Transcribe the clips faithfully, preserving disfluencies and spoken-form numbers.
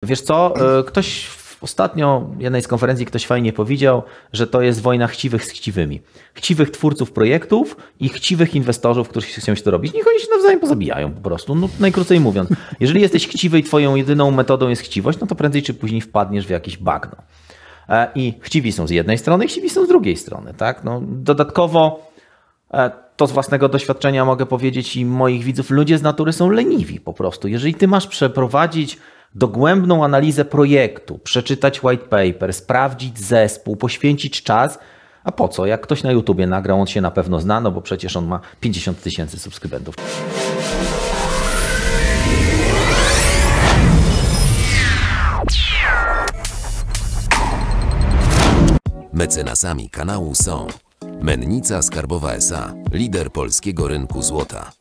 Wiesz co, ktoś ostatnio w jednej z konferencji ktoś fajnie powiedział, że to jest wojna chciwych z chciwymi. Chciwych twórców projektów i chciwych inwestorów, którzy chcą się to robić. Niech oni się nawzajem pozabijają po prostu, no najkrócej mówiąc. Jeżeli jesteś chciwy i twoją jedyną metodą jest chciwość, no to prędzej czy później wpadniesz w jakieś bagno. I chciwi są z jednej strony, chciwi są z drugiej strony. Tak? No, dodatkowo to z własnego doświadczenia mogę powiedzieć i moich widzów, ludzie z natury są leniwi po prostu. Jeżeli ty masz przeprowadzić dogłębną analizę projektu, przeczytać white paper, sprawdzić zespół, poświęcić czas, a po co? Jak ktoś na YouTubie nagrał, on się na pewno zna, no bo przecież on ma pięćdziesiąt tysięcy subskrybentów. Mecenasami kanału są Mennica Skarbowa S A, lider polskiego rynku złota.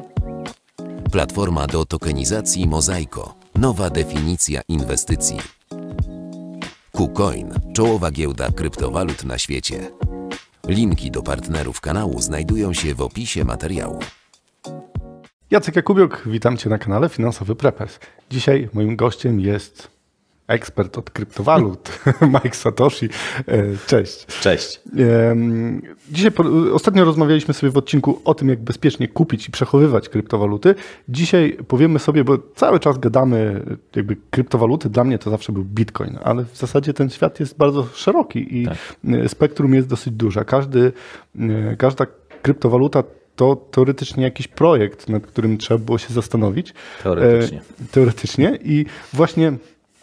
Platforma do tokenizacji Mozaiko, nowa definicja inwestycji. KuCoin, czołowa giełda kryptowalut na świecie. Linki do partnerów kanału znajdują się w opisie materiału. Jacek Jakubiuk, witam Cię na kanale Finansowy Preppers. Dzisiaj moim gościem jest ekspert od kryptowalut, Mike Satoshi. Cześć. Cześć. Dzisiaj ostatnio rozmawialiśmy sobie w odcinku o tym, jak bezpiecznie kupić i przechowywać kryptowaluty. Dzisiaj powiemy sobie, bo cały czas gadamy, jakby kryptowaluty, dla mnie to zawsze był Bitcoin, ale w zasadzie ten świat jest bardzo szeroki i tak. Spektrum jest dosyć duże. Każdy, każda kryptowaluta to teoretycznie jakiś projekt, nad którym trzeba było się zastanowić. Teoretycznie. E, teoretycznie i właśnie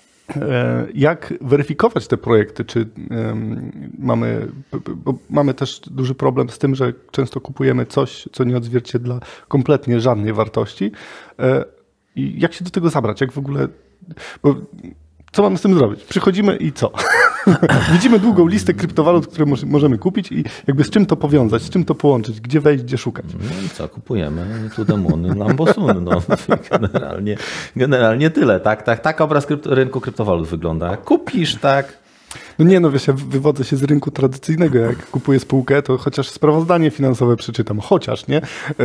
jak weryfikować te projekty? Czy um, mamy, bo mamy też duży problem z tym, że często kupujemy coś, co nie odzwierciedla kompletnie żadnej wartości. I jak się do tego zabrać? Jak w ogóle... Bo co mamy z tym zrobić? Przychodzimy i co? Widzimy długą listę kryptowalut, które możemy kupić i jakby z czym to powiązać, z czym to połączyć, gdzie wejść, gdzie szukać. No i co, kupujemy Tudemuny, Lambosuny, no generalnie, generalnie tyle, tak, tak, tak obraz krypto, rynku kryptowalut wygląda. Kupisz, tak. No nie, no wiesz, ja wywodzę się z rynku tradycyjnego, jak kupuję spółkę, to chociaż sprawozdanie finansowe przeczytam, chociaż, nie?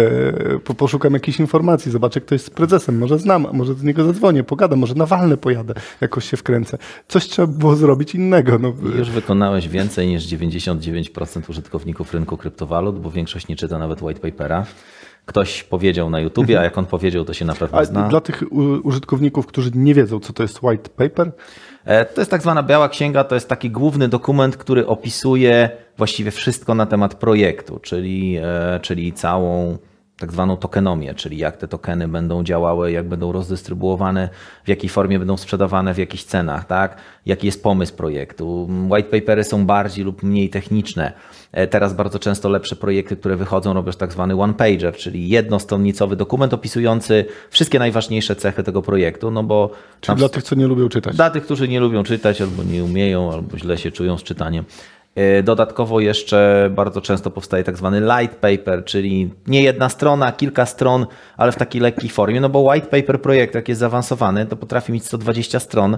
E, poszukam jakichś informacji, zobaczę, kto jest z prezesem, może znam, może do niego zadzwonię, pogadam, może na walne pojadę, jakoś się wkręcę. Coś trzeba było zrobić innego. No. Już wykonałeś więcej niż dziewięćdziesiąt dziewięć procent użytkowników rynku kryptowalut, bo większość nie czyta nawet white papera. Ktoś powiedział na YouTubie, a jak on powiedział, to się na pewno zna. A dla tych użytkowników, którzy nie wiedzą, co to jest white paper? To jest tak zwana biała księga, to jest taki główny dokument, który opisuje właściwie wszystko na temat projektu, czyli, czyli całą tak zwaną tokenomię, czyli jak te tokeny będą działały, jak będą rozdystrybuowane, w jakiej formie będą sprzedawane, w jakich cenach, tak? Jaki jest pomysł projektu. White papery są bardziej lub mniej techniczne. Teraz bardzo często lepsze projekty, które wychodzą, robią tak zwany one-pager, czyli jednostronnicowy dokument opisujący wszystkie najważniejsze cechy tego projektu. No bo czyli dla tych, co nie lubią czytać. Dla tych, którzy nie lubią czytać, albo nie umieją, albo źle się czują z czytaniem. Dodatkowo jeszcze bardzo często powstaje tak zwany light paper, czyli nie jedna strona, kilka stron, ale w takiej lekkiej formie, no bo white paper projekt, jak jest zaawansowany, to potrafi mieć sto dwadzieścia stron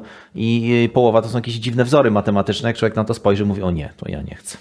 i połowa to są jakieś dziwne wzory matematyczne. Jak człowiek na to spojrzy, mówi: o nie, to ja nie chcę.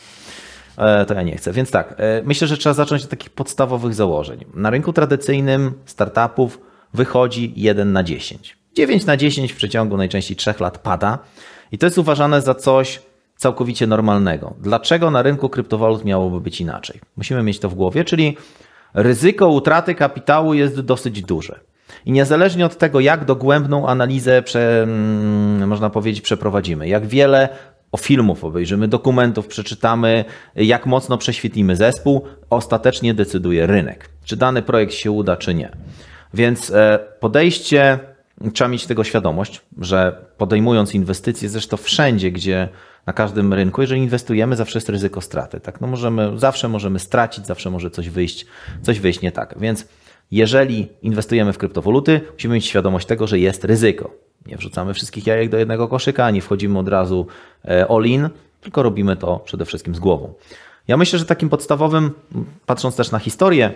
To ja nie chcę. Więc tak, myślę, że trzeba zacząć od takich podstawowych założeń. Na rynku tradycyjnym startupów wychodzi jeden na dziesięć. dziewięć na dziesięć w przeciągu najczęściej trzech lat pada i to jest uważane za coś całkowicie normalnego. Dlaczego na rynku kryptowalut miałoby być inaczej? Musimy mieć to w głowie, czyli ryzyko utraty kapitału jest dosyć duże. I niezależnie od tego, jak dogłębną analizę, prze, można powiedzieć, przeprowadzimy, jak wiele o filmów obejrzymy, dokumentów przeczytamy, jak mocno prześwietlimy zespół, ostatecznie decyduje rynek. Czy dany projekt się uda, czy nie. Więc podejście, trzeba mieć tego świadomość, że podejmując inwestycje, zresztą wszędzie, gdzie na każdym rynku, jeżeli inwestujemy, zawsze jest ryzyko straty. Tak? No możemy, zawsze możemy stracić, zawsze może coś wyjść, coś wyjść nie tak. Więc jeżeli inwestujemy w kryptowaluty, musimy mieć świadomość tego, że jest ryzyko. Nie wrzucamy wszystkich jajek do jednego koszyka, nie wchodzimy od razu all in, tylko robimy to przede wszystkim z głową. Ja myślę, że takim podstawowym, patrząc też na historię,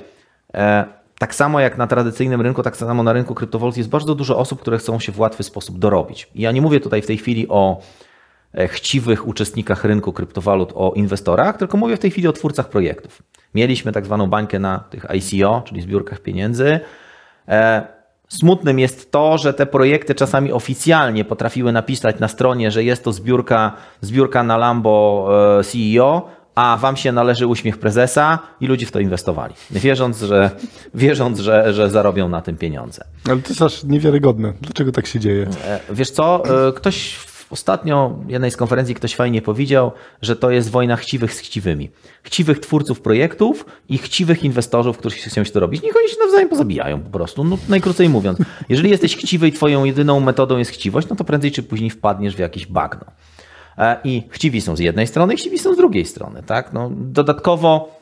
tak samo jak na tradycyjnym rynku, tak samo na rynku kryptowalut jest bardzo dużo osób, które chcą się w łatwy sposób dorobić. I ja nie mówię tutaj w tej chwili o chciwych uczestnikach rynku kryptowalut, o inwestorach, tylko mówię w tej chwili o twórcach projektów. Mieliśmy tak zwaną bańkę na tych I C O, czyli zbiórkach pieniędzy. Smutnym jest to, że te projekty czasami oficjalnie potrafiły napisać na stronie, że jest to zbiórka, zbiórka na Lambo C E O, a wam się należy uśmiech prezesa i ludzie w to inwestowali, wierząc, że, wierząc, że, że zarobią na tym pieniądze. Ale to jest aż niewiarygodne. Dlaczego tak się dzieje? Wiesz co, ktoś ostatnio w jednej z konferencji ktoś fajnie powiedział, że to jest wojna chciwych z chciwymi. Chciwych twórców projektów i chciwych inwestorów, którzy chcą się to robić. Niech oni się nawzajem pozabijają po prostu, no najkrócej mówiąc. Jeżeli jesteś chciwy i twoją jedyną metodą jest chciwość, no to prędzej czy później wpadniesz w jakieś bagno. I chciwi są z jednej strony, chciwi są z drugiej strony. Tak? No, dodatkowo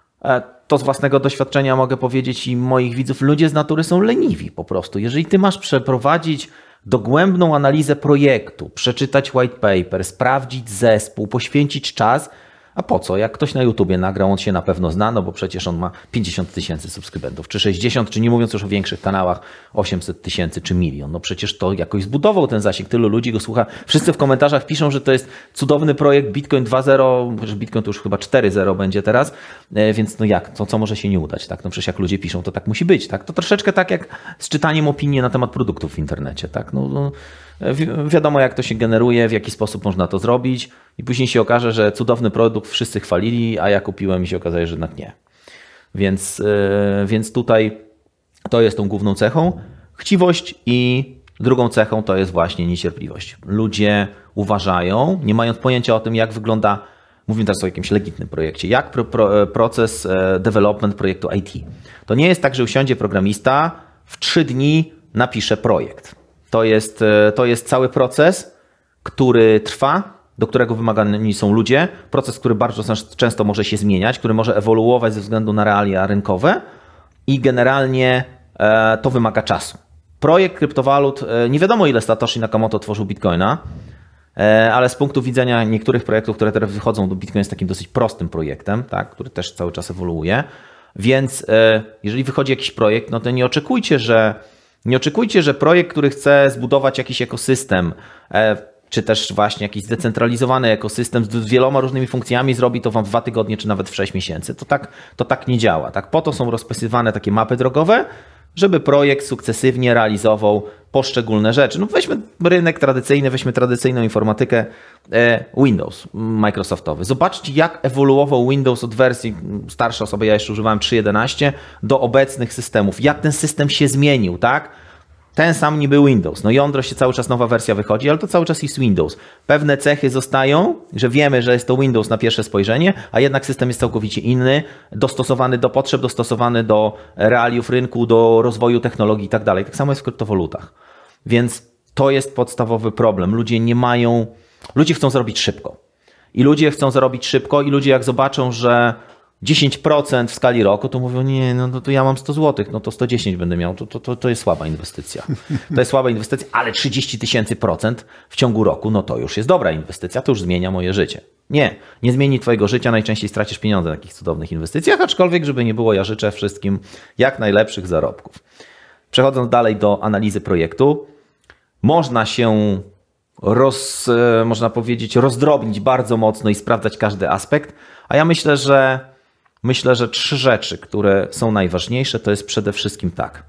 to z własnego doświadczenia mogę powiedzieć i moich widzów, ludzie z natury są leniwi po prostu. Jeżeli ty masz przeprowadzić dogłębną analizę projektu, przeczytać white paper, sprawdzić zespół, poświęcić czas, a po co? Jak ktoś na YouTubie nagrał, on się na pewno zna, no bo przecież on ma pięćdziesiąt tysięcy subskrybentów, czy sześćdziesiąt, czy nie mówiąc już o większych kanałach, osiemset tysięcy, czy milion. No przecież to jakoś zbudował ten zasięg, tylu ludzi go słucha. Wszyscy w komentarzach piszą, że to jest cudowny projekt Bitcoin dwa zero, że Bitcoin to już chyba cztery zero będzie teraz, więc no jak, to co może się nie udać, tak? No przecież jak ludzie piszą, to tak musi być, tak? To troszeczkę tak jak z czytaniem opinii na temat produktów w internecie, tak? No, no wi- wiadomo jak to się generuje, w jaki sposób można to zrobić i później się okaże, że cudowny produkt wszyscy chwalili, a ja kupiłem i się okazało, że jednak nie. Więc, yy, więc tutaj to jest tą główną cechą. Chciwość i drugą cechą to jest właśnie niecierpliwość. Ludzie uważają, nie mając pojęcia o tym, jak wygląda, mówimy teraz o jakimś legitnym projekcie, jak pro, pro, proces development projektu I T. To nie jest tak, że usiądzie programista, w trzy dni napisze projekt. To jest, to jest cały proces, który trwa, do którego wymagani są ludzie, proces, który bardzo często może się zmieniać, który może ewoluować ze względu na realia rynkowe i generalnie to wymaga czasu. Projekt kryptowalut, nie wiadomo ile Satoshi Nakamoto tworzył Bitcoina, ale z punktu widzenia niektórych projektów, które teraz wychodzą do Bitcoin jest takim dosyć prostym projektem, tak, który też cały czas ewoluuje, więc jeżeli wychodzi jakiś projekt, no to nie oczekujcie, że nie oczekujcie, że projekt, który chce zbudować jakiś ekosystem, czy też właśnie jakiś zdecentralizowany ekosystem z wieloma różnymi funkcjami zrobi to wam w dwa tygodnie, czy nawet w sześć miesięcy. To tak, to tak nie działa. Tak? Po to są rozpisywane takie mapy drogowe, żeby projekt sukcesywnie realizował poszczególne rzeczy. No weźmy rynek tradycyjny, weźmy tradycyjną informatykę Windows Microsoftowy. Zobaczcie, jak ewoluował Windows od wersji, starsza osoba, ja jeszcze używałem trzy jedenaście, do obecnych systemów. Jak ten system się zmienił, tak? Ten sam niby Windows. No jądro się cały czas, nowa wersja wychodzi, ale to cały czas jest Windows. Pewne cechy zostają, że wiemy, że jest to Windows na pierwsze spojrzenie, a jednak system jest całkowicie inny, dostosowany do potrzeb, dostosowany do realiów rynku, do rozwoju technologii i tak dalej. Tak samo jest w kryptowalutach. Więc to jest podstawowy problem. Ludzie nie mają, ludzie chcą zrobić szybko. I ludzie chcą zarobić szybko i ludzie jak zobaczą, że dziesięć procent w skali roku, to mówią, nie, no to ja mam sto złotych, no to sto dziesięć będę miał, to, to, to jest słaba inwestycja. To jest słaba inwestycja, ale trzydzieści tysięcy procent w ciągu roku, no to już jest dobra inwestycja, to już zmienia moje życie. Nie, nie zmieni twojego życia, najczęściej stracisz pieniądze na takich cudownych inwestycjach, aczkolwiek, żeby nie było, ja życzę wszystkim jak najlepszych zarobków. Przechodząc dalej do analizy projektu, można się roz, można powiedzieć, rozdrobnić bardzo mocno i sprawdzać każdy aspekt, a ja myślę, że Myślę, że trzy rzeczy, które są najważniejsze, to jest przede wszystkim tak.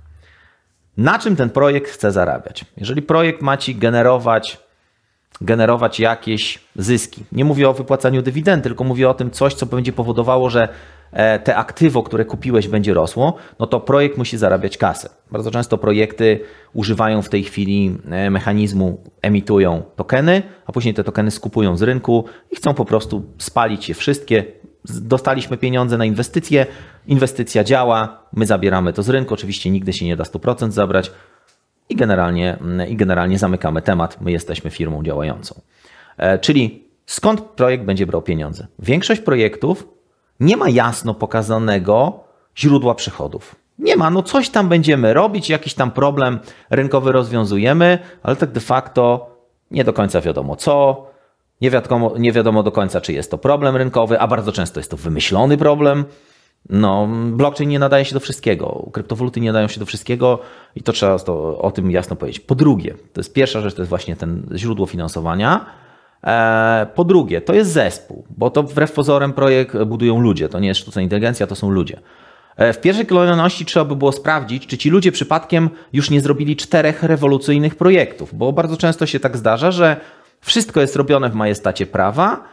Na czym ten projekt chce zarabiać? Jeżeli projekt ma ci generować, generować jakieś zyski, nie mówię o wypłacaniu dywidendy, tylko mówię o tym coś, co będzie powodowało, że te aktywo, które kupiłeś, będzie rosło, no to projekt musi zarabiać kasę. Bardzo często projekty używają w tej chwili mechanizmu, emitują tokeny, a później te tokeny skupują z rynku i chcą po prostu spalić je wszystkie. Dostaliśmy pieniądze na inwestycje, inwestycja działa, my zabieramy to z rynku, oczywiście nigdy się nie da sto procent zabrać i generalnie, i generalnie zamykamy temat, my jesteśmy firmą działającą. Czyli skąd projekt będzie brał pieniądze? Większość projektów nie ma jasno pokazanego źródła przychodów. Nie ma, no coś tam będziemy robić, jakiś tam problem rynkowy rozwiązujemy, ale tak de facto nie do końca wiadomo co. Nie wiadomo, nie wiadomo do końca, czy jest to problem rynkowy, a bardzo często jest to wymyślony problem. No, blockchain nie nadaje się do wszystkiego, kryptowaluty nie nadają się do wszystkiego i to trzeba to, o tym jasno powiedzieć. Po drugie, to jest pierwsza rzecz, to jest właśnie ten źródło finansowania. E, po drugie, to jest zespół, bo to wbrew pozorom projekt budują ludzie, to nie jest sztuczna inteligencja, to są ludzie. W pierwszej kolejności trzeba by było sprawdzić, czy ci ludzie przypadkiem już nie zrobili czterech rewolucyjnych projektów, bo bardzo często się tak zdarza, że wszystko jest robione w majestacie prawa,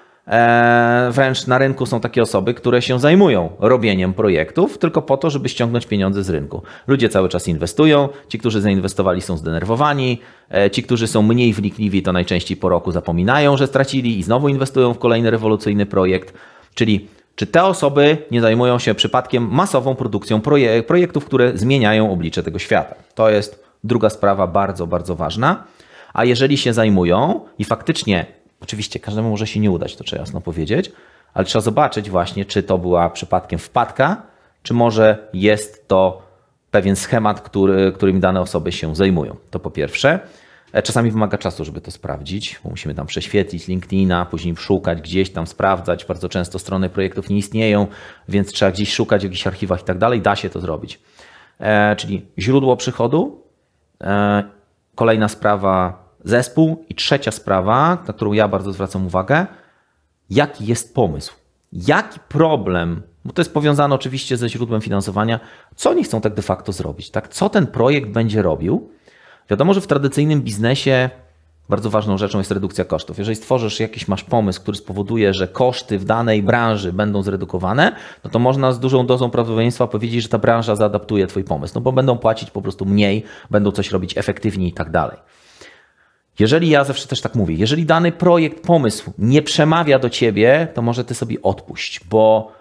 eee, wręcz na rynku są takie osoby, które się zajmują robieniem projektów tylko po to, żeby ściągnąć pieniądze z rynku. Ludzie cały czas inwestują, ci, którzy zainwestowali są zdenerwowani, e, ci, którzy są mniej wnikliwi, to najczęściej po roku zapominają, że stracili i znowu inwestują w kolejny rewolucyjny projekt, czyli czy te osoby nie zajmują się przypadkiem masową produkcją projek- projektów, które zmieniają oblicze tego świata. To jest druga sprawa bardzo, bardzo ważna. A jeżeli się zajmują i faktycznie, oczywiście każdemu może się nie udać, to trzeba jasno powiedzieć, ale trzeba zobaczyć właśnie, czy to była przypadkiem wpadka, czy może jest to pewien schemat, który, którym dane osoby się zajmują. To po pierwsze. Czasami wymaga czasu, żeby to sprawdzić, bo musimy tam prześwietlić LinkedIna, później szukać gdzieś tam, sprawdzać. Bardzo często strony projektów nie istnieją, więc trzeba gdzieś szukać w jakichś archiwach i tak dalej. Da się to zrobić. E, czyli źródło przychodu, e, kolejna sprawa zespół i trzecia sprawa, na którą ja bardzo zwracam uwagę, jaki jest pomysł, jaki problem, bo to jest powiązane oczywiście ze źródłem finansowania, co oni chcą tak de facto zrobić, tak? Co ten projekt będzie robił. Wiadomo, że w tradycyjnym biznesie bardzo ważną rzeczą jest redukcja kosztów. Jeżeli stworzysz jakiś, masz pomysł, który spowoduje, że koszty w danej branży będą zredukowane, no to można z dużą dozą prawdopodobieństwa powiedzieć, że ta branża zaadaptuje twój pomysł, no bo będą płacić po prostu mniej, będą coś robić efektywniej i tak dalej. Jeżeli, ja zawsze też tak mówię, jeżeli dany projekt, pomysł nie przemawia do ciebie, to może ty sobie odpuść, bo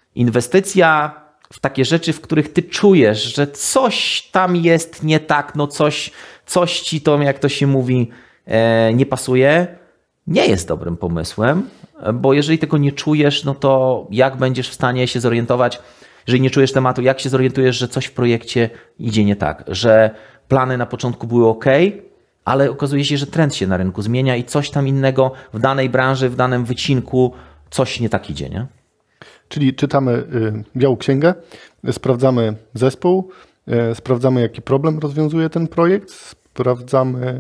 inwestycja w takie rzeczy, w których ty czujesz, że coś tam jest nie tak, no coś, coś ci to, jak to się mówi, e, nie pasuje, nie jest dobrym pomysłem, bo jeżeli tego nie czujesz, no to jak będziesz w stanie się zorientować, jeżeli nie czujesz tematu, jak się zorientujesz, że coś w projekcie idzie nie tak, że plany na początku były ok, ale okazuje się, że trend się na rynku zmienia i coś tam innego w danej branży, w danym wycinku, coś nie tak idzie, nie? Czyli czytamy białą księgę, sprawdzamy zespół, sprawdzamy, jaki problem rozwiązuje ten projekt, sprawdzamy,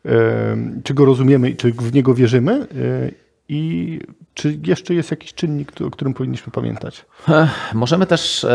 czy go rozumiemy i czy w niego wierzymy i czy jeszcze jest jakiś czynnik, o którym powinniśmy pamiętać. Możemy też...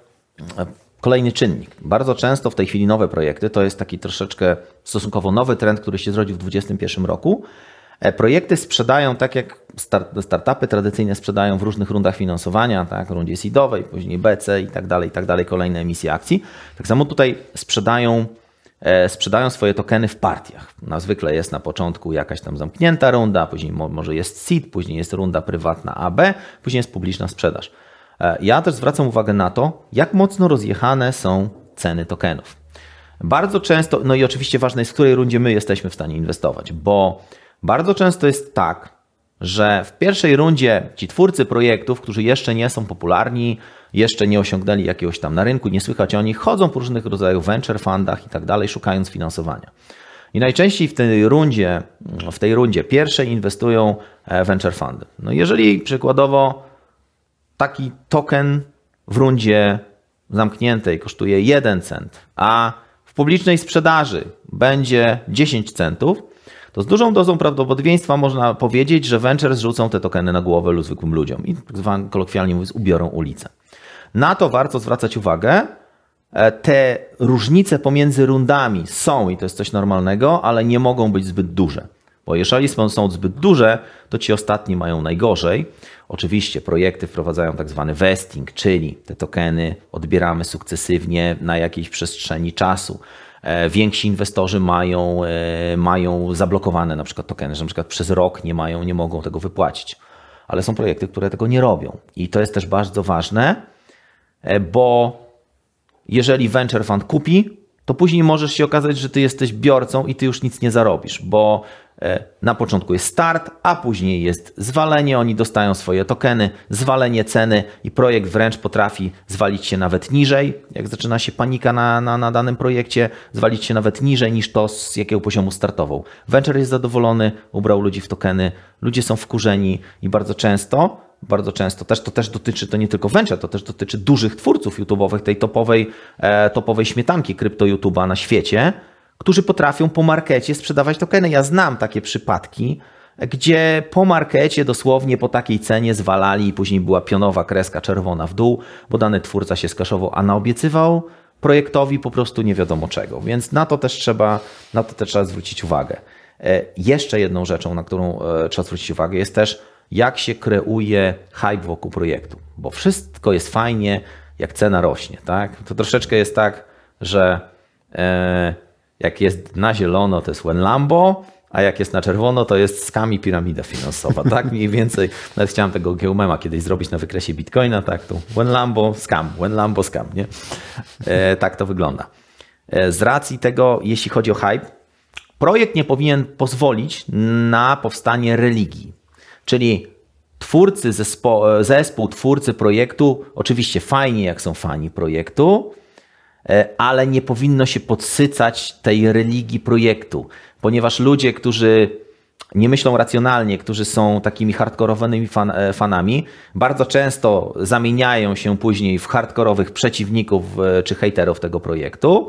Kolejny czynnik. Bardzo często w tej chwili nowe projekty, to jest taki troszeczkę stosunkowo nowy trend, który się zrodził w dwudziestym pierwszym roku. Projekty sprzedają tak jak startupy tradycyjnie sprzedają w różnych rundach finansowania, tak, rundzie seedowej, później B C i tak dalej, i tak dalej, kolejne emisje akcji. Tak samo tutaj sprzedają, sprzedają swoje tokeny w partiach. No, zwykle jest na początku jakaś tam zamknięta runda, później może jest seed, później jest runda prywatna A B, później jest publiczna sprzedaż. Ja też zwracam uwagę na to, jak mocno rozjechane są ceny tokenów. Bardzo często, no i oczywiście ważne jest, w której rundzie my jesteśmy w stanie inwestować, bo bardzo często jest tak, że w pierwszej rundzie ci twórcy projektów, którzy jeszcze nie są popularni, jeszcze nie osiągnęli jakiegoś tam na rynku, nie słychać o nich, chodzą po różnych rodzajach venture fundach i tak dalej, szukając finansowania. I najczęściej w tej rundzie, w tej rundzie pierwszej inwestują venture fundy. No jeżeli przykładowo taki token w rundzie zamkniętej kosztuje jeden cent, a w publicznej sprzedaży będzie dziesięć centów, to z dużą dozą prawdopodobieństwa można powiedzieć, że venture zrzucą te tokeny na głowę zwykłym ludziom i tak zwanym kolokwialnie mówiąc ubiorą ulicę. Na to warto zwracać uwagę. Te różnice pomiędzy rundami są i to jest coś normalnego, ale nie mogą być zbyt duże. Bo jeżeli są zbyt duże, to ci ostatni mają najgorzej. Oczywiście projekty wprowadzają tak zwany vesting, czyli te tokeny odbieramy sukcesywnie na jakiejś przestrzeni czasu. Więksi inwestorzy mają, mają zablokowane na przykład tokeny, że na przykład przez rok nie mają, nie mogą tego wypłacić. Ale są projekty, które tego nie robią. I to jest też bardzo ważne, bo jeżeli venture fund kupi, to później możesz się okazać, że ty jesteś biorcą i ty już nic nie zarobisz, bo na początku jest start, a później jest zwalenie, oni dostają swoje tokeny, zwalenie ceny i projekt wręcz potrafi zwalić się nawet niżej, jak zaczyna się panika na, na, na danym projekcie, zwalić się nawet niżej niż to, z jakiego poziomu startował. Venture jest zadowolony, ubrał ludzi w tokeny, ludzie są wkurzeni i bardzo często, bardzo często też to też dotyczy, to nie tylko venture, to też dotyczy dużych twórców YouTube'owych, tej topowej, e, topowej śmietanki krypto YouTube'a na świecie, którzy potrafią po markecie sprzedawać tokeny. Ja znam takie przypadki, gdzie po markecie dosłownie po takiej cenie zwalali i później była pionowa kreska czerwona w dół, bo dany twórca się skaszował, a naobiecywał projektowi po prostu nie wiadomo czego. Więc na to też trzeba, na to też trzeba zwrócić uwagę. Jeszcze jedną rzeczą, na którą trzeba zwrócić uwagę, jest też jak się kreuje hype wokół projektu. Bo wszystko jest fajnie, jak cena rośnie. Tak? To troszeczkę jest tak, że e, jak jest na zielono, to jest When Lambo, a jak jest na czerwono, to jest scam i piramida finansowa. Tak mniej więcej. Nawet chciałem tego geomema kiedyś zrobić na wykresie Bitcoina. Tak, tu When Lambo, scam, When Lambo, scam. Nie? E, tak to wygląda. E, z racji tego, jeśli chodzi o hype, projekt nie powinien pozwolić na powstanie religii. Czyli twórcy, zespo, zespół, twórcy projektu, oczywiście fajnie jak są fani projektu, ale nie powinno się podsycać tej religii projektu, ponieważ ludzie, którzy nie myślą racjonalnie, którzy są takimi hardkorowymi fan, fanami, bardzo często zamieniają się później w hardkorowych przeciwników czy hejterów tego projektu.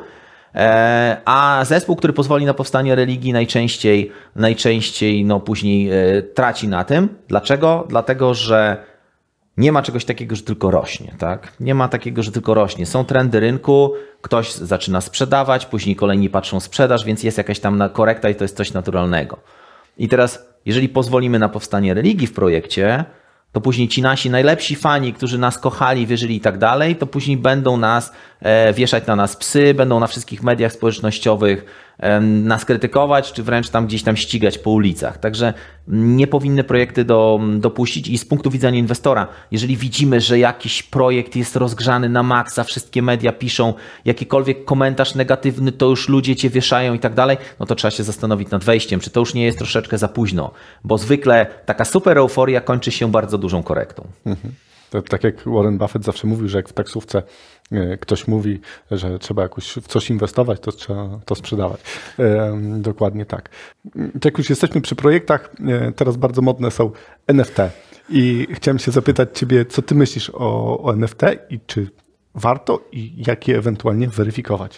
A zespół, który pozwoli na powstanie religii, najczęściej, najczęściej no później traci na tym. Dlaczego? Dlatego, że nie ma czegoś takiego, że tylko rośnie. Tak? Nie ma takiego, że tylko rośnie. Są trendy rynku, ktoś zaczyna sprzedawać, później kolejni patrzą sprzedaż, więc jest jakaś tam korekta i to jest coś naturalnego. I teraz, jeżeli pozwolimy na powstanie religii w projekcie, to później ci nasi najlepsi fani, którzy nas kochali, wierzyli i tak dalej, to później będą nas e, wieszać na nas psy, będą na wszystkich mediach społecznościowych e, nas krytykować, czy wręcz tam gdzieś tam ścigać po ulicach. Także nie powinny projekty do, dopuścić i z punktu widzenia inwestora, jeżeli widzimy, że jakiś projekt jest rozgrzany na maksa, wszystkie media piszą jakikolwiek komentarz negatywny, to już ludzie cię wieszają i tak dalej, no to trzeba się zastanowić nad wejściem, czy to już nie jest troszeczkę za późno, bo zwykle taka super euforia kończy się bardzo dużą korektą. Mhm. To tak jak Warren Buffett zawsze mówił, że jak w taksówce ktoś mówi, że trzeba jakoś w coś inwestować, to trzeba to sprzedawać. Dokładnie tak. Jak już jesteśmy przy projektach, teraz bardzo modne są N F T i chciałem się zapytać ciebie, co ty myślisz o, o N F T i czy warto i jak je ewentualnie weryfikować?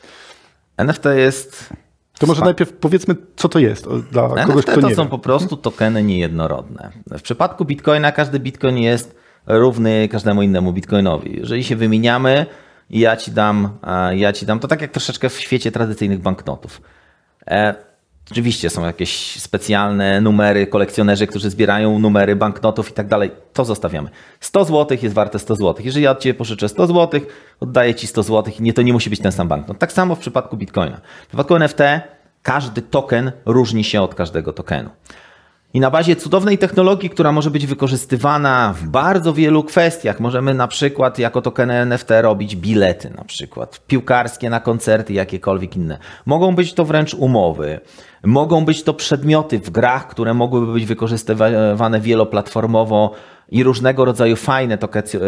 N F T jest... To może najpierw powiedzmy, co to jest dla kogoś, N F T kto nie to są wie. po prostu tokeny niejednorodne. W przypadku Bitcoina każdy Bitcoin jest równy każdemu innemu Bitcoinowi. Jeżeli się wymieniamy i ja ci dam, ja ci dam, to tak jak troszeczkę w świecie tradycyjnych banknotów. E, oczywiście są jakieś specjalne numery, kolekcjonerzy, którzy zbierają numery banknotów i tak dalej. To zostawiamy. sto złotych jest warte sto złotych. Jeżeli ja od ciebie pożyczę sto złotych, oddaję ci sto złotych i nie, to nie musi być ten sam banknot. Tak samo w przypadku Bitcoina. W przypadku N F T każdy token różni się od każdego tokenu. I na bazie cudownej technologii, która może być wykorzystywana w bardzo wielu kwestiach, możemy na przykład jako tokeny N F T robić bilety, na przykład piłkarskie na koncerty, jakiekolwiek inne. Mogą być to wręcz umowy, mogą być to przedmioty w grach, które mogłyby być wykorzystywane wieloplatformowo i różnego rodzaju fajne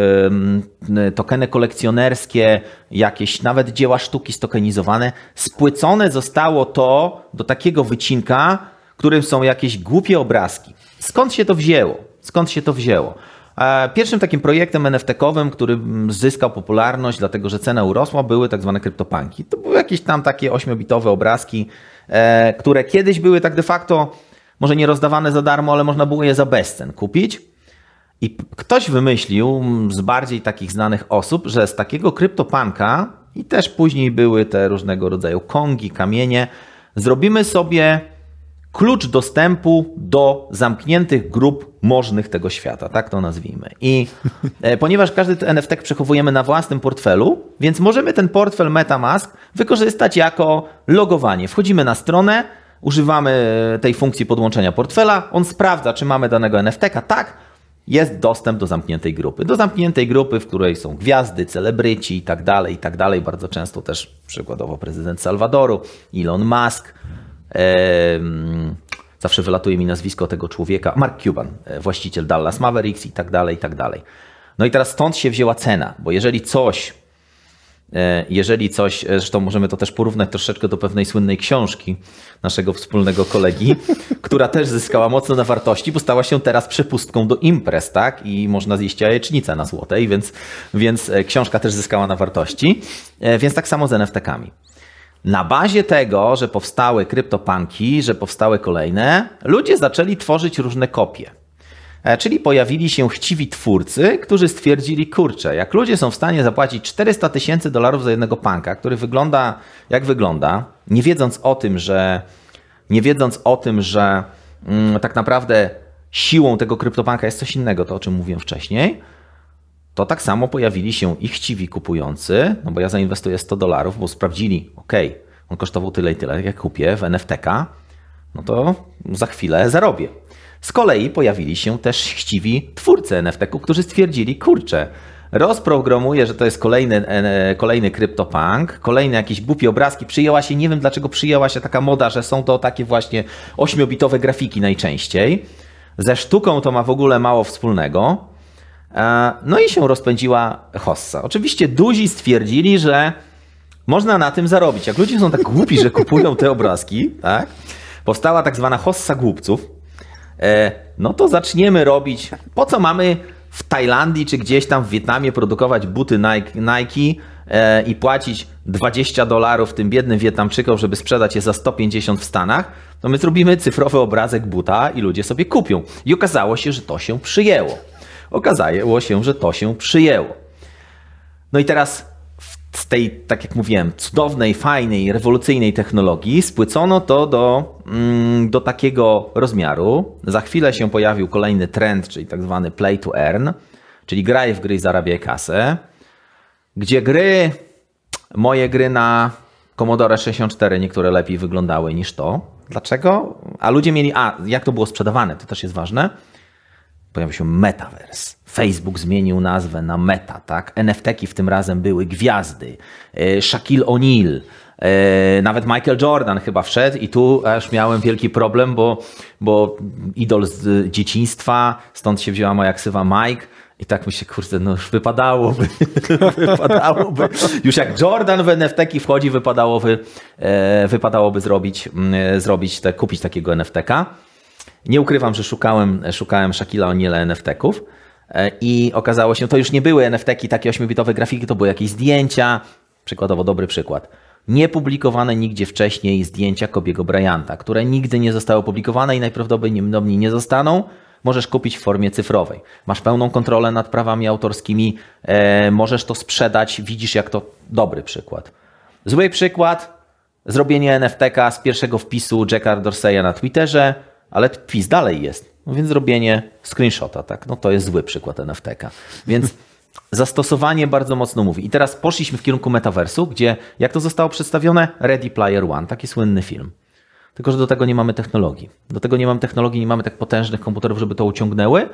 tokeny kolekcjonerskie, jakieś nawet dzieła sztuki stokenizowane. Spłycone zostało to do takiego wycinka, którym są jakieś głupie obrazki. Skąd się to wzięło? Skąd się to wzięło? Pierwszym takim projektem N F T-kowym, który zyskał popularność, dlatego że cena urosła, były tak zwane kryptopunki. To były jakieś tam takie ośmiobitowe obrazki, które kiedyś były tak de facto, może nie rozdawane za darmo, ale można było je za bezcen kupić. I ktoś wymyślił z bardziej takich znanych osób, że z takiego kryptopunka, i też później były te różnego rodzaju kongi, kamienie, zrobimy sobie klucz dostępu do zamkniętych grup możnych tego świata, tak to nazwijmy. I e, ponieważ każdy N F T przechowujemy na własnym portfelu, więc możemy ten portfel MetaMask wykorzystać jako logowanie. Wchodzimy na stronę, używamy tej funkcji podłączenia portfela, on sprawdza, czy mamy danego N F T-ka, tak, jest dostęp do zamkniętej grupy. Do zamkniętej grupy, w której są gwiazdy, celebryci i tak dalej, i tak dalej. Bardzo często też przykładowo prezydent Salwadoru, Elon Musk. Zawsze wylatuje mi nazwisko tego człowieka, Mark Cuban, właściciel Dallas Mavericks i tak dalej, i tak dalej. No i teraz stąd się wzięła cena, bo jeżeli coś, jeżeli coś, zresztą możemy to też porównać troszeczkę do pewnej słynnej książki naszego wspólnego kolegi, która też zyskała mocno na wartości, bo stała się teraz przepustką do imprez, tak? I można zjeść jajecznicę na złotej, więc, więc książka też zyskała na wartości. Więc tak samo z N F T-kami. Na bazie tego, że powstały CryptoPunki, że powstały kolejne, ludzie zaczęli tworzyć różne kopie. Czyli pojawili się chciwi twórcy, którzy stwierdzili, kurczę, jak ludzie są w stanie zapłacić czterysta tysięcy dolarów za jednego punka, który wygląda jak wygląda, nie wiedząc o tym, że, nie wiedząc o tym, że mm, tak naprawdę siłą tego CryptoPunka jest coś innego, to o czym mówiłem wcześniej, to tak samo pojawili się ich chciwi kupujący, no bo ja zainwestuję sto dolarów, bo sprawdzili, ok, on kosztował tyle i tyle, jak kupię w N F T ka, no to za chwilę zarobię. Z kolei pojawili się też chciwi twórcy N F T ku, którzy stwierdzili, kurczę, rozprogramuję, że to jest kolejny, kolejny CryptoPunk, kolejne jakieś głupie obrazki. Przyjęła się, nie wiem dlaczego przyjęła się taka moda, że są to takie właśnie ośmiobitowe grafiki najczęściej. Ze sztuką to ma w ogóle mało wspólnego. No i się rozpędziła hossa. Oczywiście duzi stwierdzili, że można na tym zarobić. Jak ludzie są tak głupi, że kupują te obrazki, tak? Powstała tak zwana hossa głupców. No to zaczniemy robić, po co mamy w Tajlandii czy gdzieś tam w Wietnamie produkować buty Nike, Nike i płacić dwadzieścia dolarów tym biednym Wietnamczykom, żeby sprzedać je za sto pięćdziesiąt w Stanach, to my zrobimy cyfrowy obrazek buta i ludzie sobie kupią. I okazało się, że to się przyjęło. Okazało się, że to się przyjęło. No i teraz z tej, tak jak mówiłem, cudownej, fajnej, rewolucyjnej technologii spłycono to do, do takiego rozmiaru. Za chwilę się pojawił kolejny trend, czyli tak zwany play to earn, czyli graj w gry i zarabiaj kasę, gdzie gry, moje gry na Commodore sześćdziesiąt cztery niektóre lepiej wyglądały niż to. Dlaczego? A ludzie mieli, a jak to było sprzedawane, to też jest ważne. Pojawił się Metaverse. Facebook zmienił nazwę na Meta, tak? N F T ki w tym razem były gwiazdy. Shaquille O'Neal, nawet Michael Jordan chyba wszedł i tu aż miałem wielki problem, bo, bo idol z dzieciństwa, stąd się wzięła moja ksywa Mike. I tak mi się, kurde, no już wypadałoby, wypadałoby, już jak Jordan w N F T ki wchodzi, wypadałoby, wypadałoby zrobić, zrobić te, kupić takiego N F T ka. Nie ukrywam, że szukałem, szukałem Shaquille'a O'Neala N F T ków i okazało się, to już nie były N F T ki, takie ośmiobitowe grafiki, to były jakieś zdjęcia, przykładowo dobry przykład, niepublikowane nigdzie wcześniej zdjęcia Kobiego Bryanta, które nigdy nie zostały opublikowane i najprawdopodobniej nie zostaną. Możesz kupić w formie cyfrowej. Masz pełną kontrolę nad prawami autorskimi, e, możesz to sprzedać, widzisz jak to dobry przykład. Zły przykład, zrobienie N F T ka z pierwszego wpisu Jacka Dorseya na Twitterze, ale wpis dalej jest, no więc zrobienie screenshota, tak? No to jest zły przykład N F T ka. Więc zastosowanie bardzo mocno mówi. I teraz poszliśmy w kierunku metaversu, gdzie jak to zostało przedstawione? Ready Player One, taki słynny film. Tylko że do tego nie mamy technologii. Do tego nie mamy technologii, nie mamy tak potężnych komputerów, żeby to uciągnęły,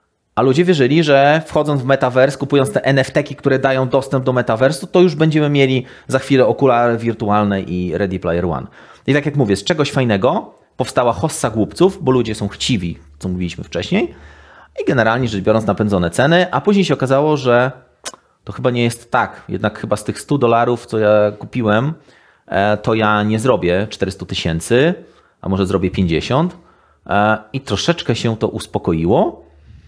a ludzie wierzyli, że wchodząc w metavers, kupując te N F T ki, które dają dostęp do metaversu, to już będziemy mieli za chwilę okulary wirtualne i Ready Player One. I tak jak mówię, z czegoś fajnego powstała hossa głupców, bo ludzie są chciwi, co mówiliśmy wcześniej, i generalnie rzecz biorąc napędzone ceny, a później się okazało, że to chyba nie jest tak. Jednak chyba z tych stu dolarów, co ja kupiłem, to ja nie zrobię czterysta tysięcy, a może zrobię pięćdziesiąt i troszeczkę się to uspokoiło.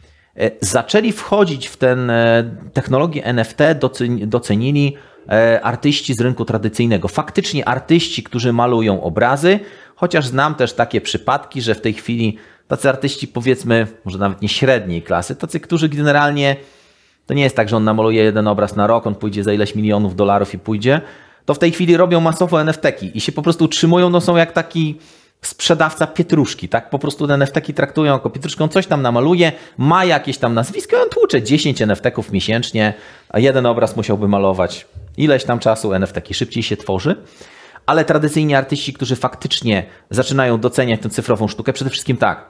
Zaczęli wchodzić w tę technologię N F T, docenili artyści z rynku tradycyjnego. Faktycznie artyści, którzy malują obrazy, chociaż znam też takie przypadki, że w tej chwili tacy artyści, powiedzmy, może nawet nie średniej klasy, tacy, którzy generalnie, to nie jest tak, że on namaluje jeden obraz na rok, on pójdzie za ileś milionów dolarów i pójdzie, to w tej chwili robią masowo N F T ki i się po prostu utrzymują, no są jak taki sprzedawca pietruszki, tak? Po prostu te N F T ki traktują jako pietruszkę, on coś tam namaluje, ma jakieś tam nazwisko i on tłucze dziesięć N F T ków miesięcznie, a jeden obraz musiałby malować ileś tam czasu, N F T ki szybciej się tworzy. Ale tradycyjni artyści, którzy faktycznie zaczynają doceniać tę cyfrową sztukę, przede wszystkim tak,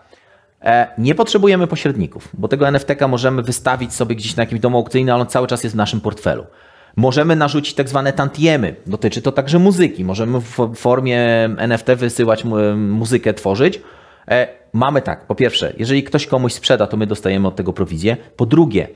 nie potrzebujemy pośredników, bo tego N F T ka możemy wystawić sobie gdzieś na jakimś domu aukcyjnym, ale on cały czas jest w naszym portfelu. Możemy narzucić tak zwane tantiemy, dotyczy to także muzyki, możemy w formie N F T wysyłać muzykę, tworzyć. Mamy tak, po pierwsze, jeżeli ktoś komuś sprzeda, to my dostajemy od tego prowizję. Po drugie,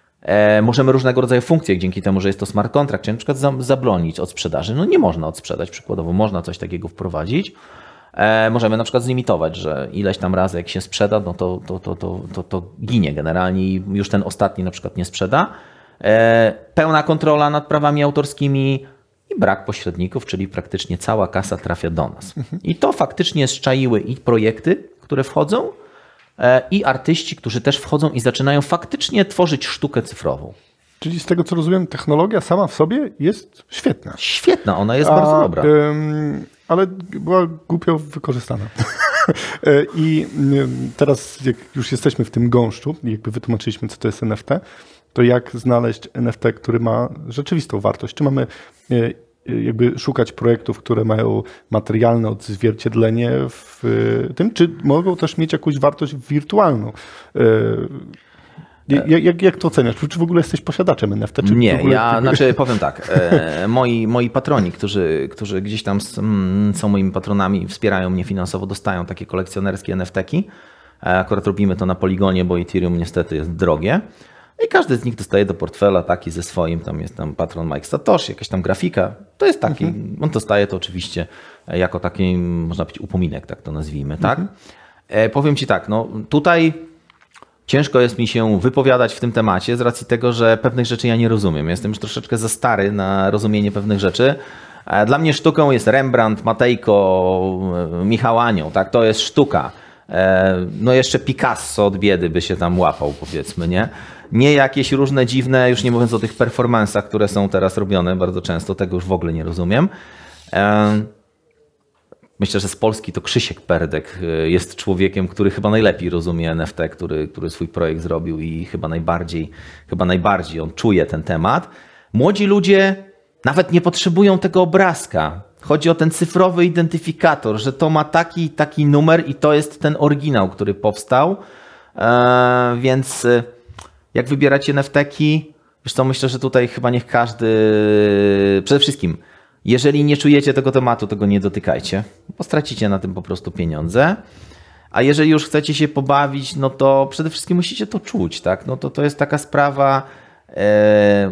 możemy różnego rodzaju funkcje, dzięki temu, że jest to smart contract, czyli na przykład zabronić od sprzedaży. No nie można odsprzedać, przykładowo można coś takiego wprowadzić. Możemy na przykład zlimitować, że ileś tam razy jak się sprzeda, no to, to, to, to, to, to ginie generalnie i już ten ostatni na przykład nie sprzeda. Pełna kontrola nad prawami autorskimi, i brak pośredników, czyli praktycznie cała kasa trafia do nas. I to faktycznie zczaiły i projekty, które wchodzą, i artyści, którzy też wchodzą i zaczynają faktycznie tworzyć sztukę cyfrową. Czyli z tego, co rozumiem, technologia sama w sobie jest świetna. Świetna, ona jest A, bardzo dobra. Ym, ale była głupio wykorzystana. I teraz, jak już jesteśmy w tym gąszczu, jakby wytłumaczyliśmy, co to jest N F T, to jak znaleźć N F T, który ma rzeczywistą wartość? Czy mamy jakby szukać projektów, które mają materialne odzwierciedlenie w tym, czy mogą też mieć jakąś wartość wirtualną? Jak, jak, jak to oceniasz? Czy w ogóle jesteś posiadaczem N F T? Czy nie, w ogóle... ja znaczy powiem tak, e, moi, moi patroni, którzy, którzy gdzieś tam są moimi patronami, wspierają mnie finansowo, dostają takie kolekcjonerskie N F T-ki. Akurat robimy to na Poligonie, bo Ethereum niestety jest drogie. I każdy z nich dostaje do portfela taki ze swoim, tam jest tam patron Mike Satoshi, jakaś tam grafika. To jest taki, mhm. on dostaje to oczywiście jako taki, można powiedzieć, upominek, tak to nazwijmy, tak? Mhm. E, powiem Ci tak, no tutaj ciężko jest mi się wypowiadać w tym temacie z racji tego, że pewnych rzeczy ja nie rozumiem. Jestem już troszeczkę za stary na rozumienie pewnych rzeczy. E, dla mnie sztuką jest Rembrandt, Matejko, Michał Anioł, tak? To jest sztuka. No jeszcze Picasso od biedy by się tam łapał, powiedzmy, nie? Nie jakieś różne dziwne, już nie mówiąc o tych performansach, które są teraz robione bardzo często, tego już w ogóle nie rozumiem. Myślę, że z Polski to Krzysiek Perdek jest człowiekiem, który chyba najlepiej rozumie N F T, który, który swój projekt zrobił i chyba najbardziej, chyba najbardziej on czuje ten temat. Młodzi ludzie nawet nie potrzebują tego obrazka. Chodzi o ten cyfrowy identyfikator, że to ma taki taki numer i to jest ten oryginał, który powstał. Eee, więc jak wybieracie N F T-ki, wiesz co, myślę, że tutaj chyba niech każdy... Przede wszystkim, jeżeli nie czujecie tego tematu, to go nie dotykajcie, bo stracicie na tym po prostu pieniądze. A jeżeli już chcecie się pobawić, no to przede wszystkim musicie to czuć, tak? No to to jest taka sprawa... Eee,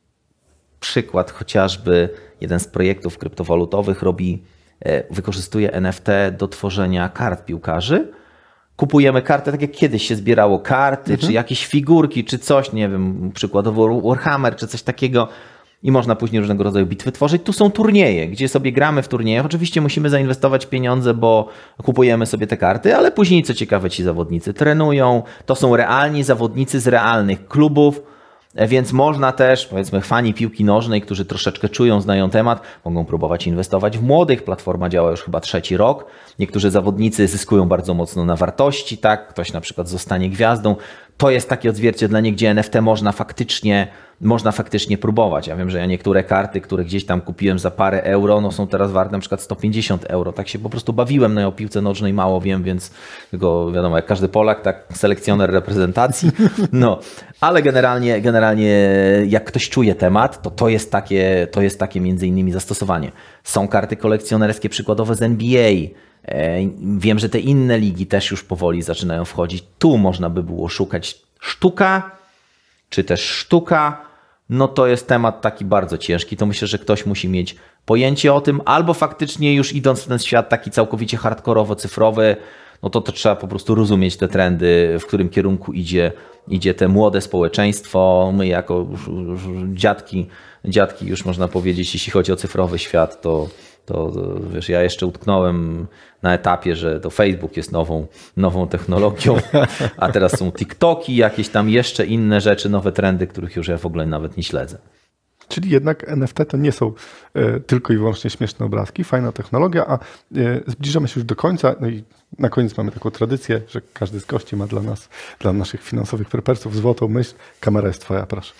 przykład chociażby, jeden z projektów kryptowalutowych robi, wykorzystuje N F T do tworzenia kart piłkarzy. Kupujemy kartę, tak jak kiedyś się zbierało karty, mhm. czy jakieś figurki, czy coś, nie wiem, przykładowo Warhammer, czy coś takiego i można później różnego rodzaju bitwy tworzyć. Tu są turnieje, gdzie sobie gramy w turniejach. Oczywiście musimy zainwestować pieniądze, bo kupujemy sobie te karty, ale później, co ciekawe, ci zawodnicy trenują. To są realni zawodnicy z realnych klubów. Więc można też, powiedzmy, fani piłki nożnej, którzy troszeczkę czują, znają temat, mogą próbować inwestować w młodych. Platforma działa już chyba trzeci rok. Niektórzy zawodnicy zyskują bardzo mocno na wartości, tak? Ktoś na przykład zostanie gwiazdą. To jest takie odzwierciedlenie, gdzie N F T można faktycznie, można faktycznie próbować. Ja wiem, że ja niektóre karty, które gdzieś tam kupiłem za parę euro, no są teraz warte na przykład sto pięćdziesiąt euro. Tak się po prostu bawiłem, no ja o piłce nożnej mało wiem, więc tylko wiadomo, jak każdy Polak, tak selekcjoner reprezentacji. No, ale generalnie, generalnie jak ktoś czuje temat, to to jest takie, to jest takie między innymi zastosowanie. Są karty kolekcjonerskie przykładowe z N B A. Wiem, że te inne ligi też już powoli zaczynają wchodzić. Tu można by było szukać sztuka, czy też sztuka. No to jest temat taki bardzo ciężki. To myślę, że ktoś musi mieć pojęcie o tym, albo faktycznie już idąc w ten świat taki całkowicie hardkorowo cyfrowy, no to, to trzeba po prostu rozumieć te trendy, w którym kierunku idzie, idzie te młode społeczeństwo. My jako już, już dziadki, dziadki już można powiedzieć, jeśli chodzi o cyfrowy świat, to To, to wiesz, ja jeszcze utknąłem na etapie, że to Facebook jest nową, nową technologią, a teraz są TikToki, jakieś tam jeszcze inne rzeczy, nowe trendy, których już ja w ogóle nawet nie śledzę. Czyli jednak N F T to nie są e, tylko i wyłącznie śmieszne obrazki, fajna technologia, a e, zbliżamy się już do końca. No i na koniec mamy taką tradycję, że każdy z gości ma dla nas, dla naszych finansowych prepersów złotą myśl. Kamera jest twoja, proszę.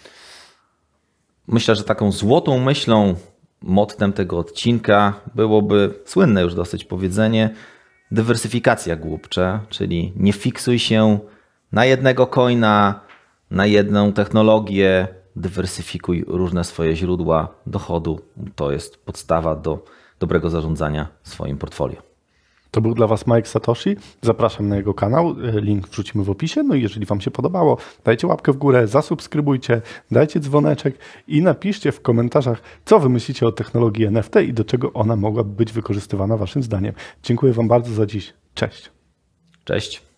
Myślę, że taką złotą myślą, mottem tego odcinka byłoby słynne już dosyć powiedzenie dywersyfikacja głupcze, czyli nie fiksuj się na jednego coina, na jedną technologię, dywersyfikuj różne swoje źródła dochodu. To jest podstawa do dobrego zarządzania swoim portfolio. To był dla Was Mike Satoshi. Zapraszam na jego kanał. Link wrzucimy w opisie. No i jeżeli Wam się podobało, dajcie łapkę w górę, zasubskrybujcie, dajcie dzwoneczek i napiszcie w komentarzach, co Wy myślicie o technologii N F T i do czego ona mogłaby być wykorzystywana Waszym zdaniem. Dziękuję Wam bardzo za dziś. Cześć. Cześć.